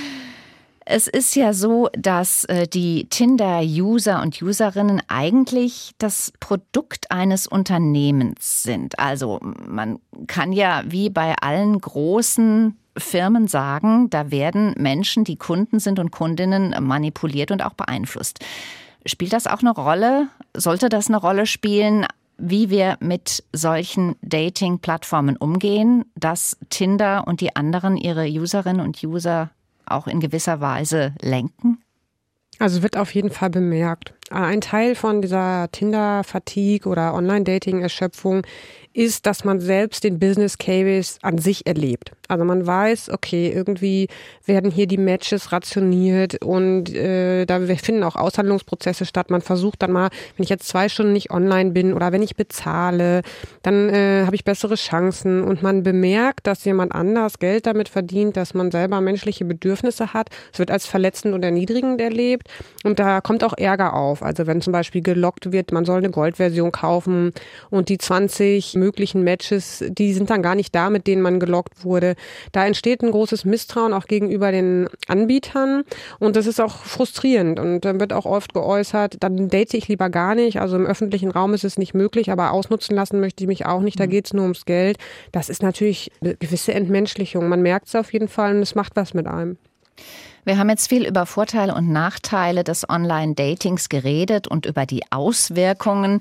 Es ist ja so, dass die Tinder-User und Userinnen eigentlich das Produkt eines Unternehmens sind. Also man kann ja wie bei allen großen Firmen sagen, da werden Menschen, die Kunden sind und Kundinnen, manipuliert und auch beeinflusst. Spielt das auch eine Rolle? Sollte das eine Rolle spielen, wie wir mit solchen Dating-Plattformen umgehen, dass Tinder und die anderen ihre Userinnen und User auch in gewisser Weise lenken? Also wird auf jeden Fall bemerkt. Ein Teil von dieser Tinder-Fatigue oder Online-Dating-Erschöpfung ist, dass man selbst den Business Case an sich erlebt. Also man weiß, okay, irgendwie werden hier die Matches rationiert und äh, da finden auch Aushandlungsprozesse statt. Man versucht dann mal, wenn ich jetzt zwei Stunden nicht online bin oder wenn ich bezahle, dann äh, habe ich bessere Chancen und man bemerkt, dass jemand anders Geld damit verdient, dass man selber menschliche Bedürfnisse hat. Es wird als verletzend und erniedrigend erlebt und da kommt auch Ärger auf. Also wenn zum Beispiel gelockt wird, man soll eine Goldversion kaufen und die zwanzig möglichen Matches, die sind dann gar nicht da, mit denen man gelockt wurde. Da entsteht ein großes Misstrauen auch gegenüber den Anbietern und das ist auch frustrierend und dann wird auch oft geäußert, dann date ich lieber gar nicht, also im öffentlichen Raum ist es nicht möglich, aber ausnutzen lassen möchte ich mich auch nicht, da geht es nur ums Geld. Das ist natürlich eine gewisse Entmenschlichung, man merkt es auf jeden Fall und es macht was mit einem. Wir haben jetzt viel über Vorteile und Nachteile des Online-Datings geredet und über die Auswirkungen.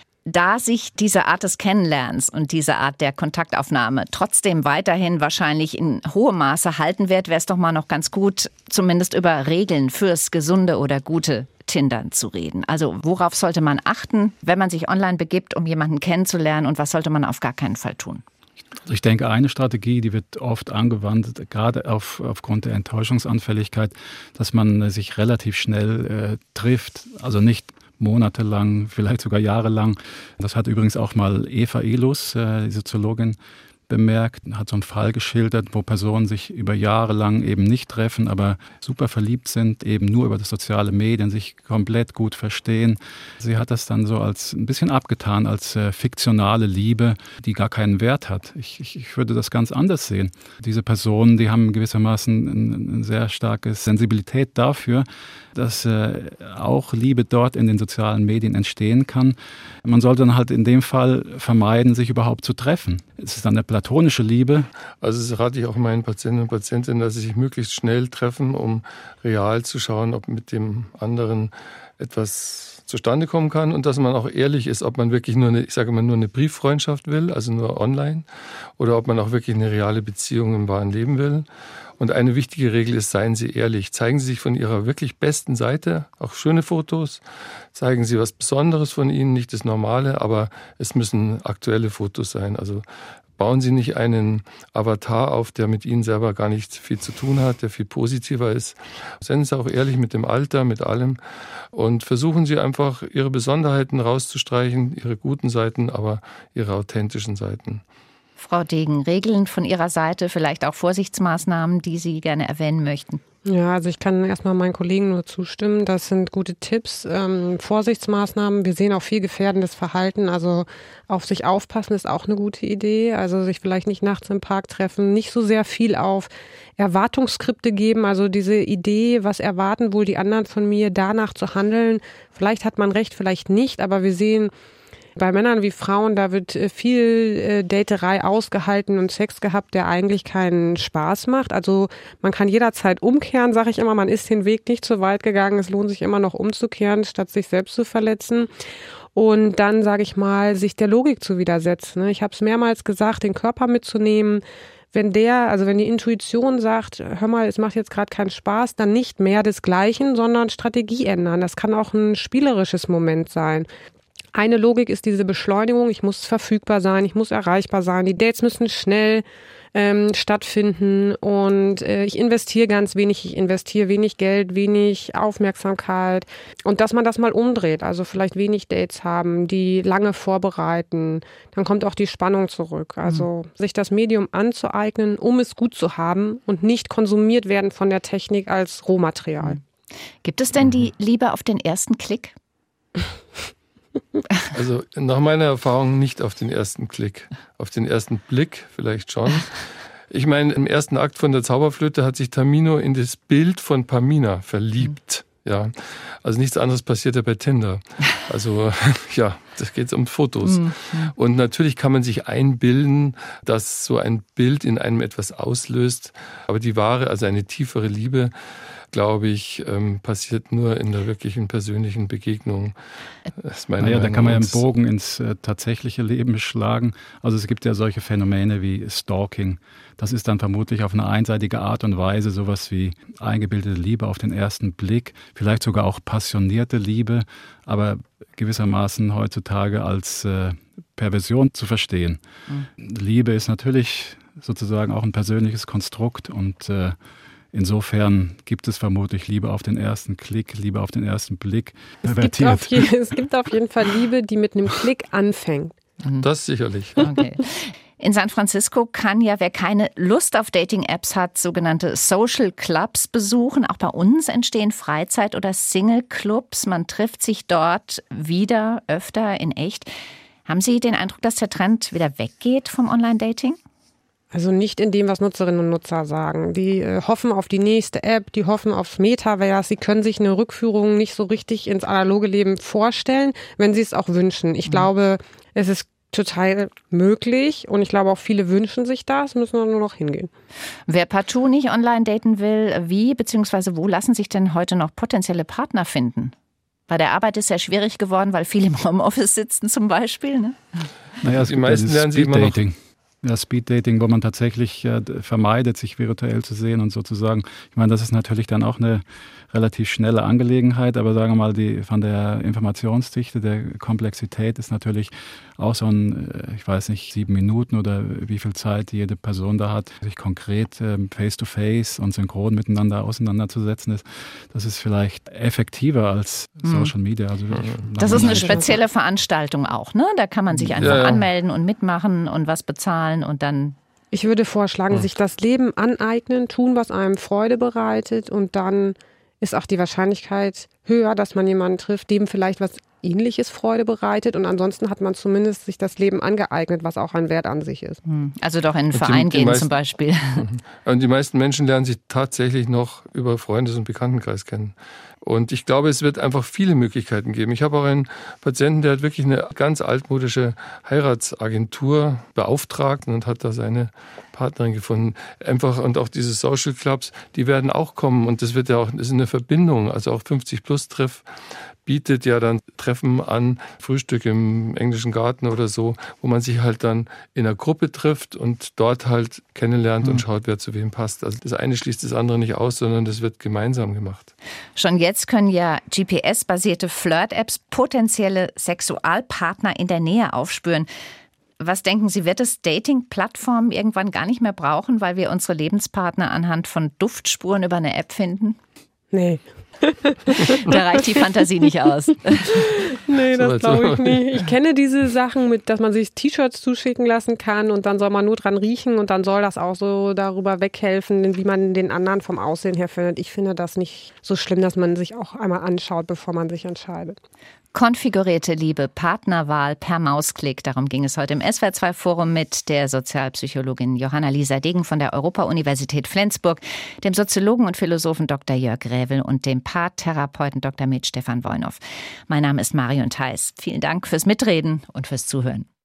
Da sich diese Art des Kennenlernens und diese Art der Kontaktaufnahme trotzdem weiterhin wahrscheinlich in hohem Maße halten wird, wäre es doch mal noch ganz gut, zumindest über Regeln fürs gesunde oder gute Tindern zu reden. Also worauf sollte man achten, wenn man sich online begibt, um jemanden kennenzulernen und was sollte man auf gar keinen Fall tun? Also ich denke, eine Strategie, die wird oft angewandt, gerade auf, aufgrund der Enttäuschungsanfälligkeit, dass man sich relativ schnell äh, trifft, also nicht monatelang, vielleicht sogar jahrelang. Das hat übrigens auch mal Eva Ilus, äh, die Soziologin, bemerkt, hat so einen Fall geschildert, wo Personen sich über Jahre lang eben nicht treffen, aber super verliebt sind, eben nur über das soziale Medien, sich komplett gut verstehen. Sie hat das dann so als ein bisschen abgetan, als äh, fiktionale Liebe, die gar keinen Wert hat. Ich, ich, ich würde das ganz anders sehen. Diese Personen, die haben gewissermaßen eine sehr starke Sensibilität dafür, dass äh, auch Liebe dort in den sozialen Medien entstehen kann. Man sollte dann halt in dem Fall vermeiden, sich überhaupt zu treffen. Es ist dann eine platonische Liebe. Also das rate ich auch meinen Patienten und Patientinnen, dass sie sich möglichst schnell treffen, um real zu schauen, ob mit dem anderen etwas zustande kommen kann und dass man auch ehrlich ist, ob man wirklich nur eine, ich sage mal, nur eine Brieffreundschaft will, also nur online, oder ob man auch wirklich eine reale Beziehung im wahren Leben will. Und eine wichtige Regel ist, seien Sie ehrlich. Zeigen Sie sich von Ihrer wirklich besten Seite, auch schöne Fotos. Zeigen Sie was Besonderes von Ihnen, nicht das Normale, aber es müssen aktuelle Fotos sein. Also bauen Sie nicht einen Avatar auf, der mit Ihnen selber gar nicht viel zu tun hat, der viel positiver ist. Seien Sie auch ehrlich mit dem Alter, mit allem. Und versuchen Sie einfach, Ihre Besonderheiten rauszustreichen, Ihre guten Seiten, aber Ihre authentischen Seiten. Frau Degen, Regeln von Ihrer Seite, vielleicht auch Vorsichtsmaßnahmen, die Sie gerne erwähnen möchten? Ja, also ich kann erstmal meinen Kollegen nur zustimmen. Das sind gute Tipps, ähm, Vorsichtsmaßnahmen. Wir sehen auch viel gefährdendes Verhalten. Also auf sich aufpassen ist auch eine gute Idee. Also sich vielleicht nicht nachts im Park treffen, nicht so sehr viel auf Erwartungsskripte geben. Also diese Idee, was erwarten wohl die anderen von mir, danach zu handeln. Vielleicht hat man recht, vielleicht nicht, aber wir sehen bei Männern wie Frauen, da wird viel äh, Daterei ausgehalten und Sex gehabt, der eigentlich keinen Spaß macht. Also man kann jederzeit umkehren, sage ich immer. Man ist den Weg nicht so weit gegangen. Es lohnt sich immer noch umzukehren, statt sich selbst zu verletzen. Und dann, sage ich mal, sich der Logik zu widersetzen. Ich habe es mehrmals gesagt, den Körper mitzunehmen. Wenn der, also wenn die Intuition sagt, hör mal, es macht jetzt gerade keinen Spaß, dann nicht mehr desgleichen, sondern Strategie ändern. Das kann auch ein spielerisches Moment sein. Eine Logik ist diese Beschleunigung. Ich muss verfügbar sein, ich muss erreichbar sein. Die Dates müssen schnell ähm, stattfinden und äh, ich investiere ganz wenig. Ich investiere wenig Geld, wenig Aufmerksamkeit und dass man das mal umdreht. Also vielleicht wenig Dates haben, die lange vorbereiten. Dann kommt auch die Spannung zurück. Also mhm. sich das Medium anzueignen, um es gut zu haben und nicht konsumiert werden von der Technik als Rohmaterial. Mhm. Gibt es denn die Liebe auf den ersten Klick? Also nach meiner Erfahrung nicht auf den ersten Klick. Auf den ersten Blick vielleicht schon. Ich meine, im ersten Akt von der Zauberflöte hat sich Tamino in das Bild von Pamina verliebt. Ja, also nichts anderes passiert ja bei Tinder. Also ja, das geht um Fotos. Mhm. Und natürlich kann man sich einbilden, dass so ein Bild in einem etwas auslöst. Aber die wahre, also eine tiefere Liebe, glaube ich, ähm, passiert nur in der wirklichen persönlichen Begegnung. Das ist meine naja, Meinung. Da kann man ja einen Bogen ins äh, tatsächliche Leben schlagen. Also es gibt ja solche Phänomene wie Stalking. Das ist dann vermutlich auf eine einseitige Art und Weise sowas wie eingebildete Liebe auf den ersten Blick, vielleicht sogar auch passionierte Liebe, aber gewissermaßen heutzutage als äh, Perversion zu verstehen. Mhm. Liebe ist natürlich sozusagen auch ein persönliches Konstrukt und äh, insofern gibt es vermutlich Liebe auf den ersten Klick, Liebe auf den ersten Blick. Es gibt, auf je, es gibt auf jeden Fall Liebe, die mit einem Klick anfängt. Das sicherlich. Okay. In San Francisco kann ja, wer keine Lust auf Dating-Apps hat, sogenannte Social Clubs besuchen. Auch bei uns entstehen Freizeit- oder Single-Clubs. Man trifft sich dort wieder, öfter in echt. Haben Sie den Eindruck, dass der Trend wieder weggeht vom Online-Dating? Also nicht in dem, was Nutzerinnen und Nutzer sagen. Die äh, hoffen auf die nächste App, die hoffen aufs Metaverse. Sie können sich eine Rückführung nicht so richtig ins analoge Leben vorstellen, wenn sie es auch wünschen. Ich mhm. glaube, es ist total möglich und ich glaube auch viele wünschen sich das, müssen wir nur noch hingehen. Wer partout nicht online daten will, wie bzw. wo lassen sich denn heute noch potenzielle Partner finden? Bei der Arbeit ist ja schwierig geworden, weil viele im Homeoffice sitzen zum Beispiel. Ne? Naja, die meisten lernen sie immer noch. Ja, Speeddating, wo man tatsächlich äh, vermeidet, sich virtuell zu sehen und sozusagen. Ich meine, das ist natürlich dann auch eine relativ schnelle Angelegenheit, aber sagen wir mal, die von der Informationsdichte, der Komplexität ist natürlich auch so ein, ich weiß nicht, sieben Minuten oder wie viel Zeit jede Person da hat, sich konkret ähm, face-to-face und synchron miteinander auseinanderzusetzen. Ist, das ist vielleicht effektiver als mhm. Social Media. Also das ist eine spezielle Veranstaltung auch, ne? Da kann man sich einfach ja, ja. anmelden und mitmachen und was bezahlen und dann... Ich würde vorschlagen, ja. sich das Leben aneignen, tun, was einem Freude bereitet und dann ist auch die Wahrscheinlichkeit höher, dass man jemanden trifft, dem vielleicht was Ähnliches Freude bereitet und ansonsten hat man zumindest sich das Leben angeeignet, was auch ein Wert an sich ist. Also doch in einen Verein die, die gehen meisten, zum Beispiel. Und die meisten Menschen lernen sich tatsächlich noch über Freundes- und Bekanntenkreis kennen. Und ich glaube, es wird einfach viele Möglichkeiten geben. Ich habe auch einen Patienten, der hat wirklich eine ganz altmodische Heiratsagentur beauftragt und hat da seine Partnerin gefunden. Einfach, und auch diese Social Clubs, die werden auch kommen und das wird ja auch, das ist eine Verbindung, also auch fünfzig Plus Treff bietet ja dann Treffen an, Frühstück im englischen Garten oder so, wo man sich halt dann in einer Gruppe trifft und dort halt kennenlernt mhm. und schaut, wer zu wem passt. Also das eine schließt das andere nicht aus, sondern das wird gemeinsam gemacht. Schon jetzt können ja G P S-basierte Flirt-Apps potenzielle Sexualpartner in der Nähe aufspüren. Was denken Sie, wird es Dating-Plattformen irgendwann gar nicht mehr brauchen, weil wir unsere Lebenspartner anhand von Duftspuren über eine App finden? Nee, Da reicht die Fantasie nicht aus. Nee, das glaube ich nicht. Ich kenne diese Sachen mit, dass man sich T-Shirts zuschicken lassen kann und dann soll man nur dran riechen und dann soll das auch so darüber weghelfen, wie man den anderen vom Aussehen her findet. Ich finde das nicht so schlimm, dass man sich auch einmal anschaut, bevor man sich entscheidet. Konfigurierte Liebe, Partnerwahl per Mausklick. Darum ging es heute im S W R zwei Forum mit der Sozialpsychologin Johanna-Lisa Degen von der Europa-Universität Flensburg, dem Soziologen und Philosophen Doktor Jörg Rävel und dem Paartherapeuten Doktor Med Stefan Woinow. Mein Name ist Marion Theis. Vielen Dank fürs Mitreden und fürs Zuhören.